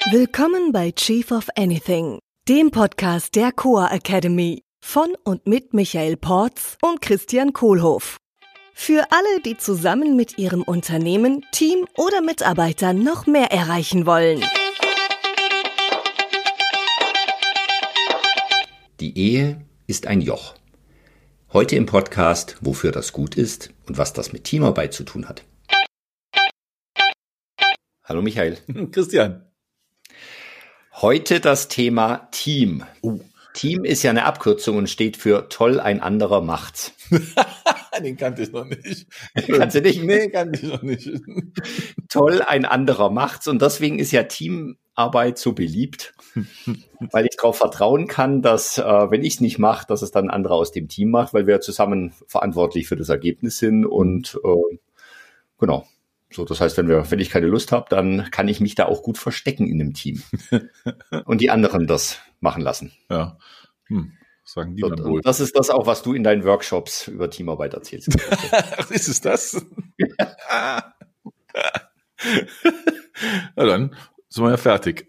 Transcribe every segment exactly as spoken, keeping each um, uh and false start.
Willkommen bei Chief of Anything, dem Podcast der Coa Academy von und mit Michael Porz und Christian Kohlhoff. Für alle, die zusammen mit ihrem Unternehmen, Team oder Mitarbeitern noch mehr erreichen wollen. Die Ehe ist ein Joch. Heute im Podcast, wofür das gut ist und was das mit Teamarbeit zu tun hat. Hallo Michael. Christian. Heute das Thema Team. Uh. Team ist ja eine Abkürzung und steht für toll, ein anderer macht's. Den kannte ich noch nicht. Kannst du nicht? Nee, kannte ich noch nicht. Toll, ein anderer macht's. Und deswegen ist ja Teamarbeit so beliebt, weil ich darauf vertrauen kann, dass, äh, wenn ich es nicht mache, dass es dann ein anderer aus dem Team macht, weil wir zusammen verantwortlich für das Ergebnis sind. Und äh, genau. So, das heißt, wenn wir, wenn ich keine Lust habe, dann kann ich mich da auch gut verstecken in einem Team und die anderen das machen lassen. Ja, hm. Sagen die so, dann wohl. Das ist das auch, was du in deinen Workshops über Teamarbeit erzählst. Ach, ist es das? Na dann sind wir ja fertig.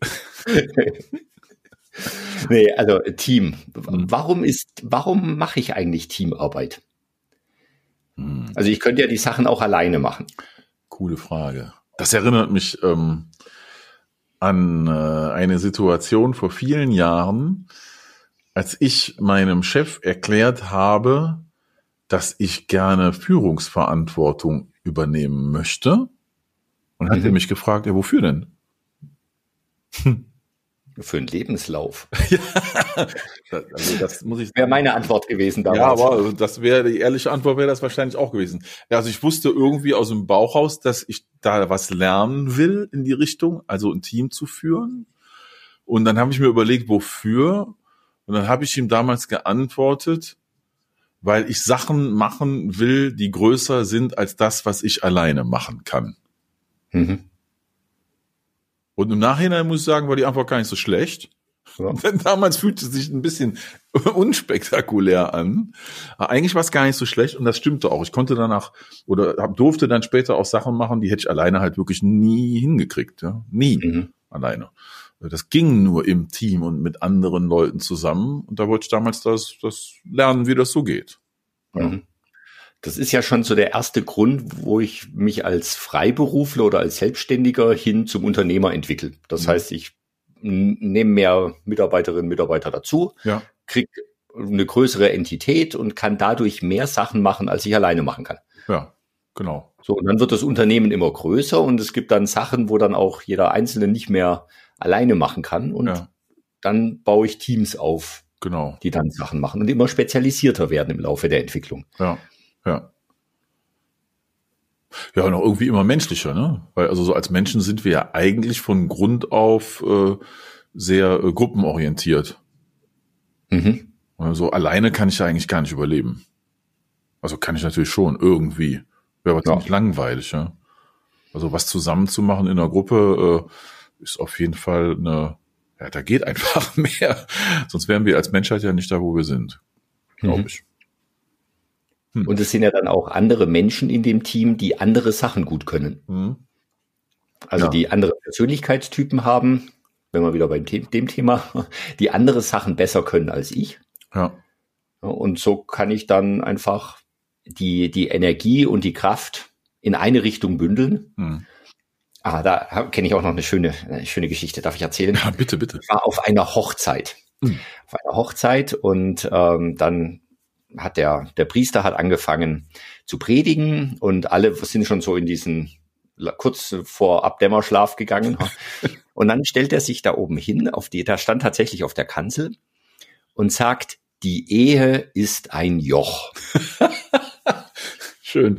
Nee, also Team. Warum ist, warum mache ich eigentlich Teamarbeit? Hm. Also ich könnte ja die Sachen auch alleine machen. Coole Frage. Das erinnert mich ähm, an äh, eine Situation vor vielen Jahren, als ich meinem Chef erklärt habe, dass ich gerne Führungsverantwortung übernehmen möchte. Und hat mhm. er mich gefragt, ja, wofür denn? Hm. Für einen Lebenslauf. Ja, also das muss ich. Wäre meine Antwort gewesen damals. Ja, aber das wäre, die ehrliche Antwort wäre das wahrscheinlich auch gewesen. Ja, also ich wusste irgendwie aus dem Bauch raus, dass ich da was lernen will in die Richtung, also ein Team zu führen. Und dann habe ich mir überlegt, wofür? Und dann habe ich ihm damals geantwortet, weil ich Sachen machen will, die größer sind als das, was ich alleine machen kann. Mhm. Und im Nachhinein muss ich sagen, war die Antwort gar nicht so schlecht. Ja. Denn damals fühlte es sich ein bisschen unspektakulär an. Aber eigentlich war es gar nicht so schlecht und das stimmte auch. Ich konnte danach oder hab, durfte dann später auch Sachen machen, die hätte ich alleine halt wirklich nie hingekriegt. Ja? Nie mhm. alleine. Das ging nur im Team und mit anderen Leuten zusammen. Und da wollte ich damals das, das lernen, wie das so geht. Ja. Mhm. Das ist ja schon so der erste Grund, wo ich mich als Freiberufler oder als Selbstständiger hin zum Unternehmer entwickle. Das mhm. heißt, ich nehme mehr Mitarbeiterinnen und Mitarbeiter dazu, ja. kriege eine größere Entität und kann dadurch mehr Sachen machen, als ich alleine machen kann. Ja, genau. So, und dann wird das Unternehmen immer größer und es gibt dann Sachen, wo dann auch jeder Einzelne nicht mehr alleine machen kann. Und ja. dann baue ich Teams auf, genau. die dann Sachen machen und immer spezialisierter werden im Laufe der Entwicklung. Ja. Ja. Ja, und auch irgendwie immer menschlicher, ne? Weil also so als Menschen sind wir ja eigentlich von Grund auf äh, sehr äh, gruppenorientiert. Mhm. Also alleine kann ich ja eigentlich gar nicht überleben. Also kann ich natürlich schon irgendwie. Wäre aber ziemlich ja. langweilig, ja. Also was zusammen zu machen in einer Gruppe äh, ist auf jeden Fall eine, ja, da geht einfach mehr. Sonst wären wir als Menschheit ja nicht da, wo wir sind, glaube mhm. ich. Und es sind ja dann auch andere Menschen in dem Team, die andere Sachen gut können. Mhm. Also ja. die andere Persönlichkeitstypen haben, wenn wir wieder bei dem Thema, die andere Sachen besser können als ich. Ja. Und so kann ich dann einfach die, die Energie und die Kraft in eine Richtung bündeln. Mhm. Ah, da kenne ich auch noch eine schöne, eine schöne Geschichte, darf ich erzählen? Ja, bitte, bitte. Ich war auf einer Hochzeit. Mhm. Auf einer Hochzeit und ähm, dann hat der, der Priester hat angefangen zu predigen und alle sind schon so in diesen, kurz vor Abdämmerschlaf gegangen. Und dann stellt er sich da oben hin, auf die, da stand tatsächlich auf der Kanzel und sagt, die Ehe ist ein Joch. Schön.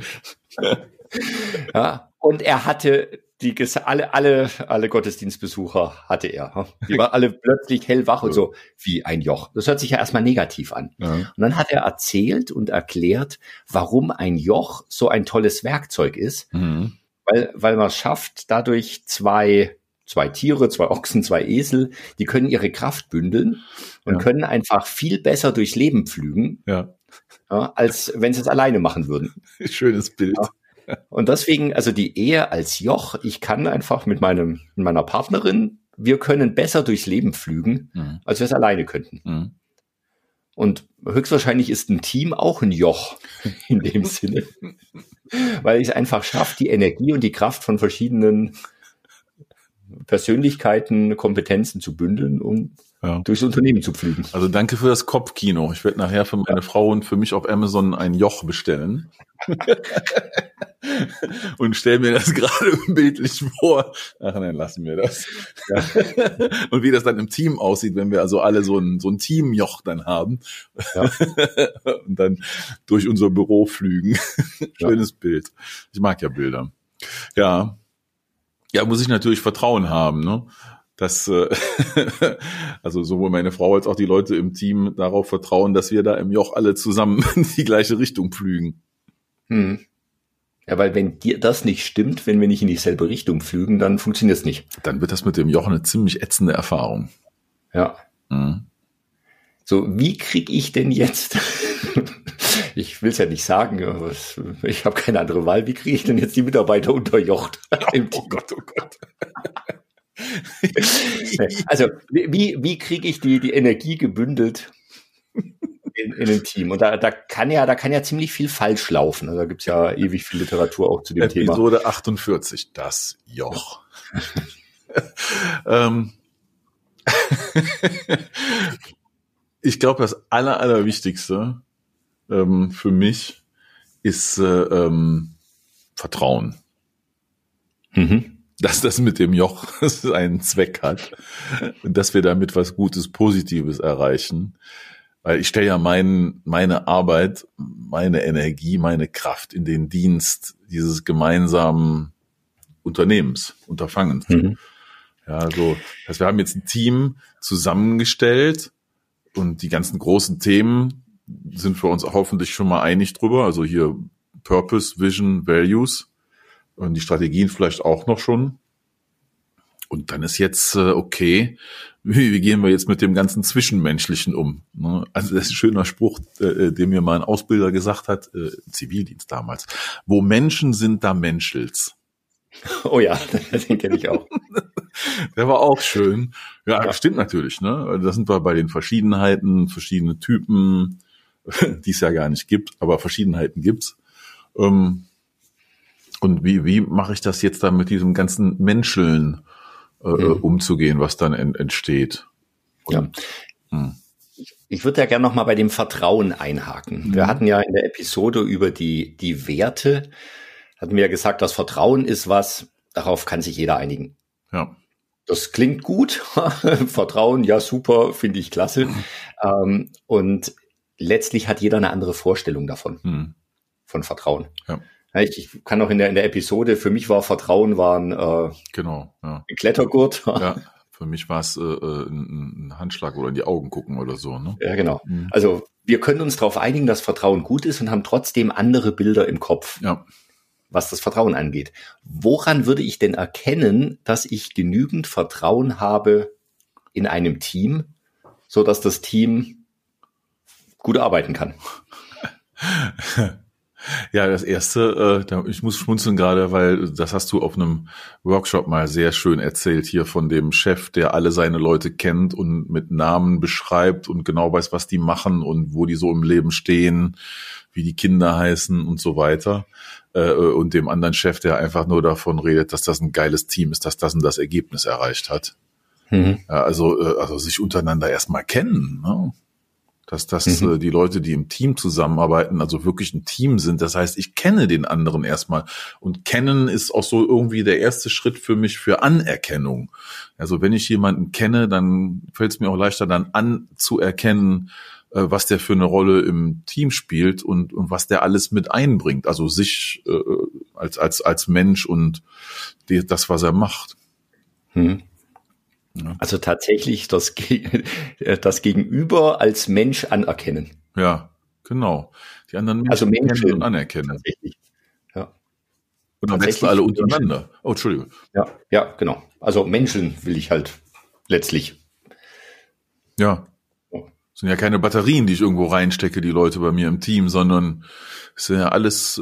Ja, und er hatte die, alle, alle, alle Gottesdienstbesucher hatte er. Die waren alle plötzlich hellwach und so wie ein Joch. Das hört sich ja erstmal negativ an. Ja. Und dann hat er erzählt und erklärt, warum ein Joch so ein tolles Werkzeug ist. Mhm. Weil, weil man es schafft, dadurch zwei, zwei Tiere, zwei Ochsen, zwei Esel, die können ihre Kraft bündeln und ja. können einfach viel besser durchs Leben pflügen, ja. Ja, als wenn sie es alleine machen würden. Schönes Bild. Ja. Und deswegen, also die Ehe als Joch, ich kann einfach mit meinem, mit meiner Partnerin wir können besser durchs Leben pflügen, mhm. als wir es alleine könnten. Mhm. Und höchstwahrscheinlich ist ein Team auch ein Joch in dem Sinne, weil es einfach schafft, die Energie und die Kraft von verschiedenen Persönlichkeiten, Kompetenzen zu bündeln und ja. durchs Unternehmen zu pflügen. Also danke für das Kopfkino. Ich werde nachher für meine ja. Frau und für mich auf Amazon ein Joch bestellen. Und stell mir das gerade bildlich vor. Ach nein, lassen wir das. Ja. Und wie das dann im Team aussieht, wenn wir also alle so ein, so ein Teamjoch dann haben. Ja. Und dann durch unser Büro flügen. Schönes ja. Bild. Ich mag ja Bilder. Ja. Ja, muss ich natürlich Vertrauen haben, ne? Dass, äh, also sowohl meine Frau als auch die Leute im Team darauf vertrauen, dass wir da im Joch alle zusammen in die gleiche Richtung pflügen. Hm. Ja, weil wenn dir das nicht stimmt, wenn wir nicht in dieselbe Richtung pflügen, dann funktioniert es nicht. Dann wird das mit dem Joch eine ziemlich ätzende Erfahrung. Ja. Mhm. So, wie kriege ich denn jetzt, ich will es ja nicht sagen, aber ich habe keine andere Wahl, wie kriege ich denn jetzt die Mitarbeiter unterjocht? Oh Gott, oh Gott. Also, wie, wie kriege ich die, die Energie gebündelt in, in einem Team? Und da, da kann ja, da kann ja ziemlich viel falsch laufen. Also, da gibt's ja ewig viel Literatur auch zu dem Episode Thema. Episode achtundvierzig, das Joch. ähm, ich glaube, das Aller, Allerwichtigste ähm, für mich ist äh, ähm, Vertrauen. Mhm. Dass das mit dem Joch einen Zweck hat und dass wir damit was Gutes, Positives erreichen. Weil ich stelle ja mein, meine Arbeit, meine Energie, meine Kraft in den Dienst dieses gemeinsamen Unternehmens, Unterfangens. Mhm. Ja, so, das heißt, wir haben jetzt ein Team zusammengestellt und die ganzen großen Themen sind für uns hoffentlich schon mal einig drüber. Also hier Purpose, Vision, Values. Und die Strategien vielleicht auch noch schon. Und dann ist jetzt, äh, okay, wie, wie gehen wir jetzt mit dem ganzen Zwischenmenschlichen um? Ne? Also das ist ein schöner Spruch, äh, den mir mal ein Ausbilder gesagt hat, äh, Zivildienst damals. Wo Menschen sind, da menschelt's. Oh ja, den kenne ich auch. Der war auch schön. Ja, ja, stimmt natürlich. Ne? Da sind wir bei den Verschiedenheiten, verschiedene Typen, die es ja gar nicht gibt, aber Verschiedenheiten gibt's. Ähm, Und wie, wie mache ich das jetzt dann mit diesem ganzen Menscheln äh, mhm. umzugehen, was dann en, entsteht? Und, ja. hm. Ich, ich würde ja gerne noch mal bei dem Vertrauen einhaken. Mhm. Wir hatten ja in der Episode über die, die Werte, hatten wir ja gesagt, das Vertrauen ist was, darauf kann sich jeder einigen. Ja. Das klingt gut. Vertrauen, ja super, finde ich klasse. Mhm. Ähm, und letztlich hat jeder eine andere Vorstellung davon, mhm. von Vertrauen. Ja. Ich, ich kann auch in der in der Episode, für mich war Vertrauen war ein, äh, genau, ja. ein Klettergurt. Ja, für mich war es äh, ein, ein Handschlag oder in die Augen gucken oder so. Ne? Ja, genau. Mhm. Also wir können uns darauf einigen, dass Vertrauen gut ist und haben trotzdem andere Bilder im Kopf, ja. was das Vertrauen angeht. Woran würde ich denn erkennen, dass ich genügend Vertrauen habe in einem Team, so dass das Team gut arbeiten kann? Ja, das erste, äh, ich muss schmunzeln gerade, weil das hast du auf einem Workshop mal sehr schön erzählt hier von dem Chef, der alle seine Leute kennt und mit Namen beschreibt und genau weiß, was die machen und wo die so im Leben stehen, wie die Kinder heißen und so weiter. Äh, und dem anderen Chef, der einfach nur davon redet, dass das ein geiles Team ist, dass das und das Ergebnis erreicht hat. Mhm. Ja, also, äh, also sich untereinander erstmal kennen, ne? Dass das mhm. äh, die Leute, die im Team zusammenarbeiten, also wirklich ein Team sind. Das heißt, ich kenne den anderen erstmal. Und kennen ist auch so irgendwie der erste Schritt für mich für Anerkennung. Also wenn ich jemanden kenne, dann fällt es mir auch leichter, dann anzuerkennen, äh, was der für eine Rolle im Team spielt und, und was der alles mit einbringt. Also sich äh, als als als Mensch und die, das, was er macht. Mhm. Also tatsächlich das, das Gegenüber als Mensch anerkennen. Ja, genau. Die anderen Menschen also Menschen kennen und anerkennen. Tatsächlich. Ja. Und dann wechseln alle untereinander. Oh, Entschuldigung. Ja, ja, genau. Also Menschen will ich halt letztlich. Ja. Es sind ja keine Batterien, die ich irgendwo reinstecke, die Leute bei mir im Team, sondern es sind ja alles äh,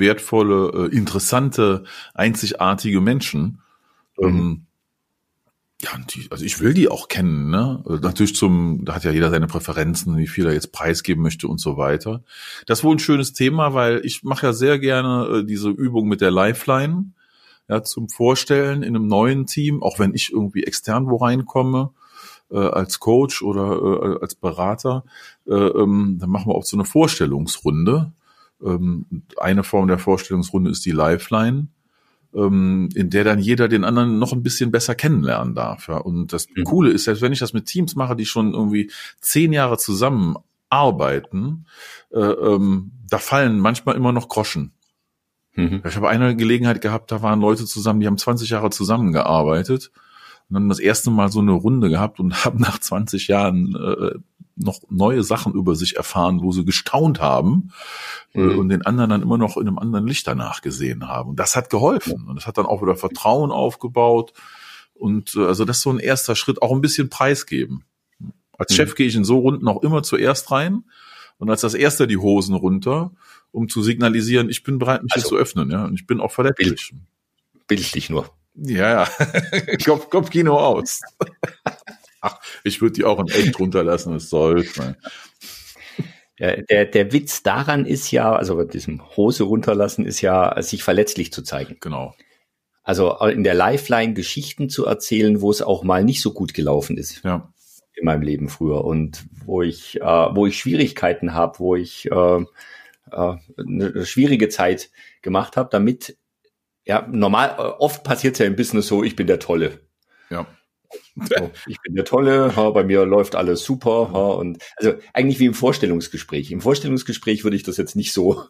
wertvolle, äh, interessante, einzigartige Menschen. Mhm. Ähm, Ja, die, also ich will die auch kennen, ne? Natürlich zum, da hat ja jeder seine Präferenzen, wie viel er jetzt preisgeben möchte und so weiter. Das ist wohl ein schönes Thema, weil ich mache ja sehr gerne äh, diese Übung mit der Lifeline, ja, zum Vorstellen in einem neuen Team, auch wenn ich irgendwie extern wo reinkomme, äh, als Coach oder äh, als Berater, äh, ähm, dann machen wir auch so eine Vorstellungsrunde. Ähm, eine Form der Vorstellungsrunde ist die Lifeline, in der dann jeder den anderen noch ein bisschen besser kennenlernen darf. Ja. Und das mhm. Coole ist, selbst wenn ich das mit Teams mache, die schon irgendwie zehn Jahre zusammenarbeiten, äh, ähm, da fallen manchmal immer noch Groschen. Mhm. Ich habe eine Gelegenheit gehabt, da waren Leute zusammen, die haben zwanzig Jahre zusammengearbeitet und dann das erste Mal so eine Runde gehabt und haben nach zwanzig Jahren äh, noch neue Sachen über sich erfahren, wo sie gestaunt haben mhm. und den anderen dann immer noch in einem anderen Licht danach gesehen haben. Und das hat geholfen. Und das hat dann auch wieder Vertrauen aufgebaut. Und also das ist so ein erster Schritt, auch ein bisschen preisgeben. Als mhm. Chef gehe ich in so Runden auch immer zuerst rein und als das erste die Hosen runter, um zu signalisieren, ich bin bereit, mich also, jetzt zu öffnen. Ja, und ich bin auch verletzlich. Bildlich nur. Ja, ja. Kopf, Kopfkino aus. Ach, ich würde die auch in echt runterlassen, es soll. Ja, der, der Witz daran ist ja, also bei diesem Hose runterlassen, ist ja, sich verletzlich zu zeigen. Genau. Also in der Lifeline Geschichten zu erzählen, wo es auch mal nicht so gut gelaufen ist. Ja. In meinem Leben früher und wo ich, äh, wo ich Schwierigkeiten habe, wo ich äh, äh, eine schwierige Zeit gemacht habe, damit, ja, normal, oft passiert es ja im Business so, ich bin der Tolle. Ja. So, ich bin der Tolle, ha, bei mir läuft alles super. Ha, und also eigentlich wie im Vorstellungsgespräch. Im Vorstellungsgespräch würde ich das jetzt nicht so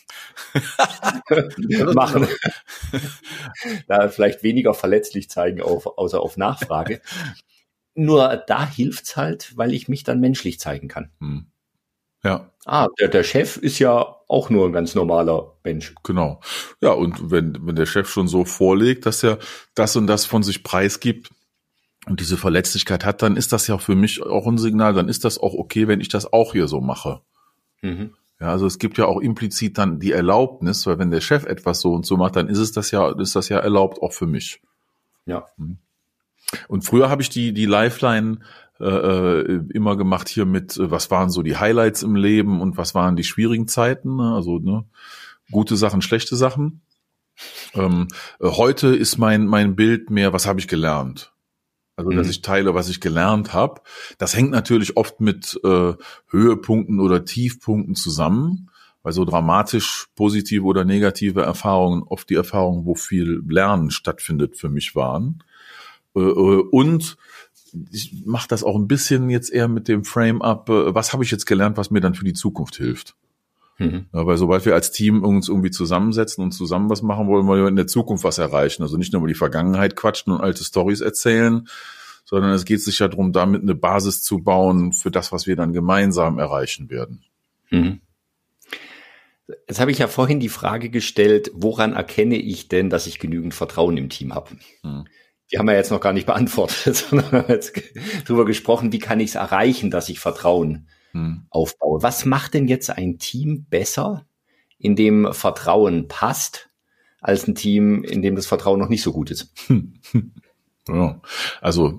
machen. Da vielleicht weniger verletzlich zeigen, auf, außer auf Nachfrage. Nur da hilft's halt, weil ich mich dann menschlich zeigen kann. Hm. Ja. Ah, der, der Chef ist ja auch nur ein ganz normaler Mensch. Genau. Ja, und wenn, wenn der Chef schon so vorlegt, dass er das und das von sich preisgibt, und diese Verletzlichkeit hat, dann ist das ja für mich auch ein Signal, dann ist das auch okay, wenn ich das auch hier so mache. Mhm. Ja, also es gibt ja auch implizit dann die Erlaubnis, weil wenn der Chef etwas so und so macht, dann ist es das ja, ist das ja erlaubt auch für mich. Ja. Und früher habe ich die, die Lifeline äh, immer gemacht hier mit, was waren so die Highlights im Leben und was waren die schwierigen Zeiten, also ne, gute Sachen, schlechte Sachen. Ähm, heute ist mein, mein Bild mehr, was habe ich gelernt? Also, dass ich teile, was ich gelernt habe. Das hängt natürlich oft mit äh, Höhepunkten oder Tiefpunkten zusammen, weil so dramatisch positive oder negative Erfahrungen oft die Erfahrungen, wo viel Lernen stattfindet, für mich waren. Äh, und ich mache das auch ein bisschen jetzt eher mit dem Frame-up, äh, was habe ich jetzt gelernt, was mir dann für die Zukunft hilft. Mhm. Ja, weil sobald wir als Team uns irgendwie zusammensetzen und zusammen was machen, wollen wir in der Zukunft was erreichen. Also nicht nur über die Vergangenheit quatschen und alte Storys erzählen, sondern es geht sich ja darum, damit eine Basis zu bauen für das, was wir dann gemeinsam erreichen werden. Mhm. Jetzt habe ich ja vorhin die Frage gestellt, woran erkenne ich denn, dass ich genügend Vertrauen im Team habe? Mhm. Die haben wir jetzt noch gar nicht beantwortet, sondern wir haben jetzt drüber gesprochen, wie kann ich es erreichen, dass ich Vertrauen hm. aufbaue. Was macht denn jetzt ein Team besser, in dem Vertrauen passt, als ein Team, in dem das Vertrauen noch nicht so gut ist? Ja, also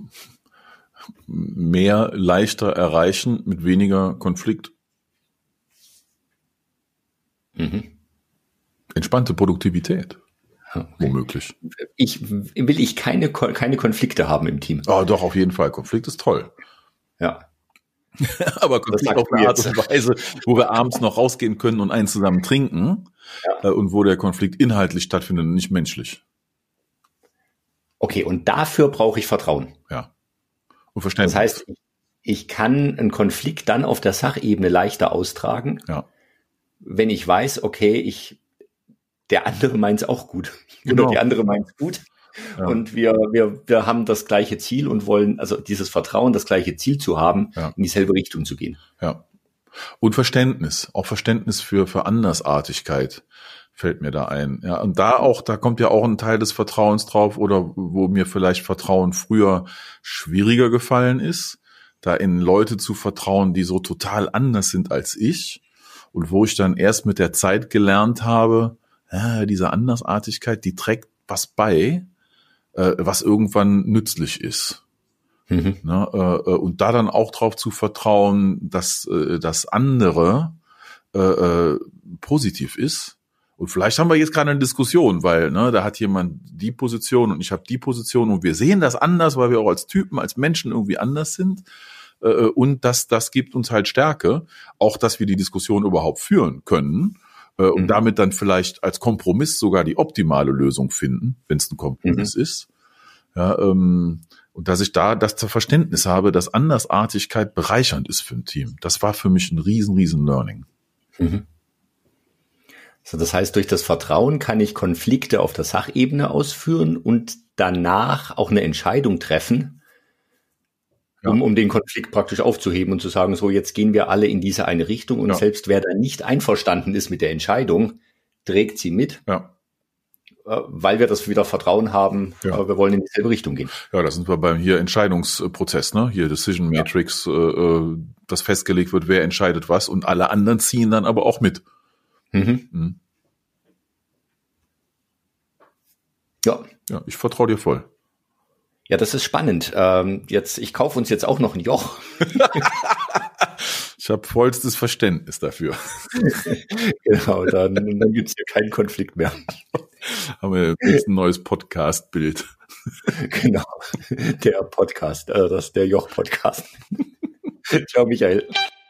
mehr leichter erreichen mit weniger Konflikt. Mhm. Entspannte Produktivität. Okay. Womöglich. Ich will ich keine keine Konflikte haben im Team. Oh, doch, auf jeden Fall. Konflikt ist toll. Ja. Aber Konflikt auf eine Art und Weise, wo wir abends noch rausgehen können und einen zusammen trinken, ja. Und wo der Konflikt inhaltlich stattfindet und nicht menschlich. Okay, und dafür brauche ich Vertrauen. Ja. Und Verständnis. Das heißt, ich, ich kann einen Konflikt dann auf der Sachebene leichter austragen, ja. Wenn ich weiß, okay, ich der andere meint es auch gut. Genau. Oder die andere meint es gut. Ja. Und wir, wir, wir haben das gleiche Ziel und wollen, also dieses Vertrauen, das gleiche Ziel zu haben, ja. In dieselbe Richtung zu gehen. Ja. Und Verständnis, auch Verständnis für, für Andersartigkeit fällt mir da ein. Ja. Und da auch, da kommt ja auch ein Teil des Vertrauens drauf oder wo mir vielleicht Vertrauen früher schwieriger gefallen ist, da in Leute zu vertrauen, die so total anders sind als ich und wo ich dann erst mit der Zeit gelernt habe, ja, diese Andersartigkeit, die trägt was bei, äh, was irgendwann nützlich ist. Mhm. Ne, äh, und da dann auch drauf zu vertrauen, dass äh, das andere äh, äh, positiv ist. Und vielleicht haben wir jetzt gerade eine Diskussion, weil ne, da hat jemand die Position und ich habe die Position und wir sehen das anders, weil wir auch als Typen, als Menschen irgendwie anders sind. Äh, und das, das gibt uns halt Stärke, auch dass wir die Diskussion überhaupt führen können äh, und mhm. damit dann vielleicht als Kompromiss sogar die optimale Lösung finden, wenn es ein Kompromiss mhm. ist. Ja, ähm, und dass ich da das Verständnis habe, dass Andersartigkeit bereichernd ist für ein Team. Das war für mich ein riesen, riesen Learning. Mhm. So, das heißt, durch das Vertrauen kann ich Konflikte auf der Sachebene ausführen und danach auch eine Entscheidung treffen, ja. um, um den Konflikt praktisch aufzuheben und zu sagen, so, jetzt gehen wir alle in diese eine Richtung und ja. selbst wer da nicht einverstanden ist mit der Entscheidung, trägt sie mit. Ja. Weil wir das wieder Vertrauen haben, ja. wir wollen in dieselbe Richtung gehen. Ja, da sind wir beim hier Entscheidungsprozess, ne? Hier Decision Matrix, ja. äh, das festgelegt wird, wer entscheidet was und alle anderen ziehen dann aber auch mit. Mhm. Mhm. Ja. Ja, ich vertraue dir voll. Ja, das ist spannend. Ähm, jetzt, ich kaufe uns jetzt auch noch ein Joch. Ich habe vollstes Verständnis dafür. Genau, dann, dann gibt es hier keinen Konflikt mehr. Haben wir jetzt ein neues Podcast-Bild. Genau, der Podcast, also das der Joch-Podcast. Ciao, Michael.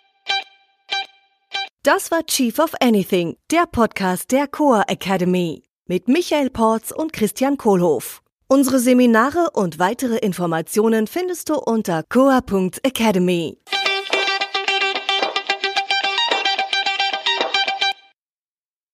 Das war Chief of Anything, der Podcast der Coa Academy mit Michael Porz und Christian Kohlhoff. Unsere Seminare und weitere Informationen findest du unter coa punkt academy.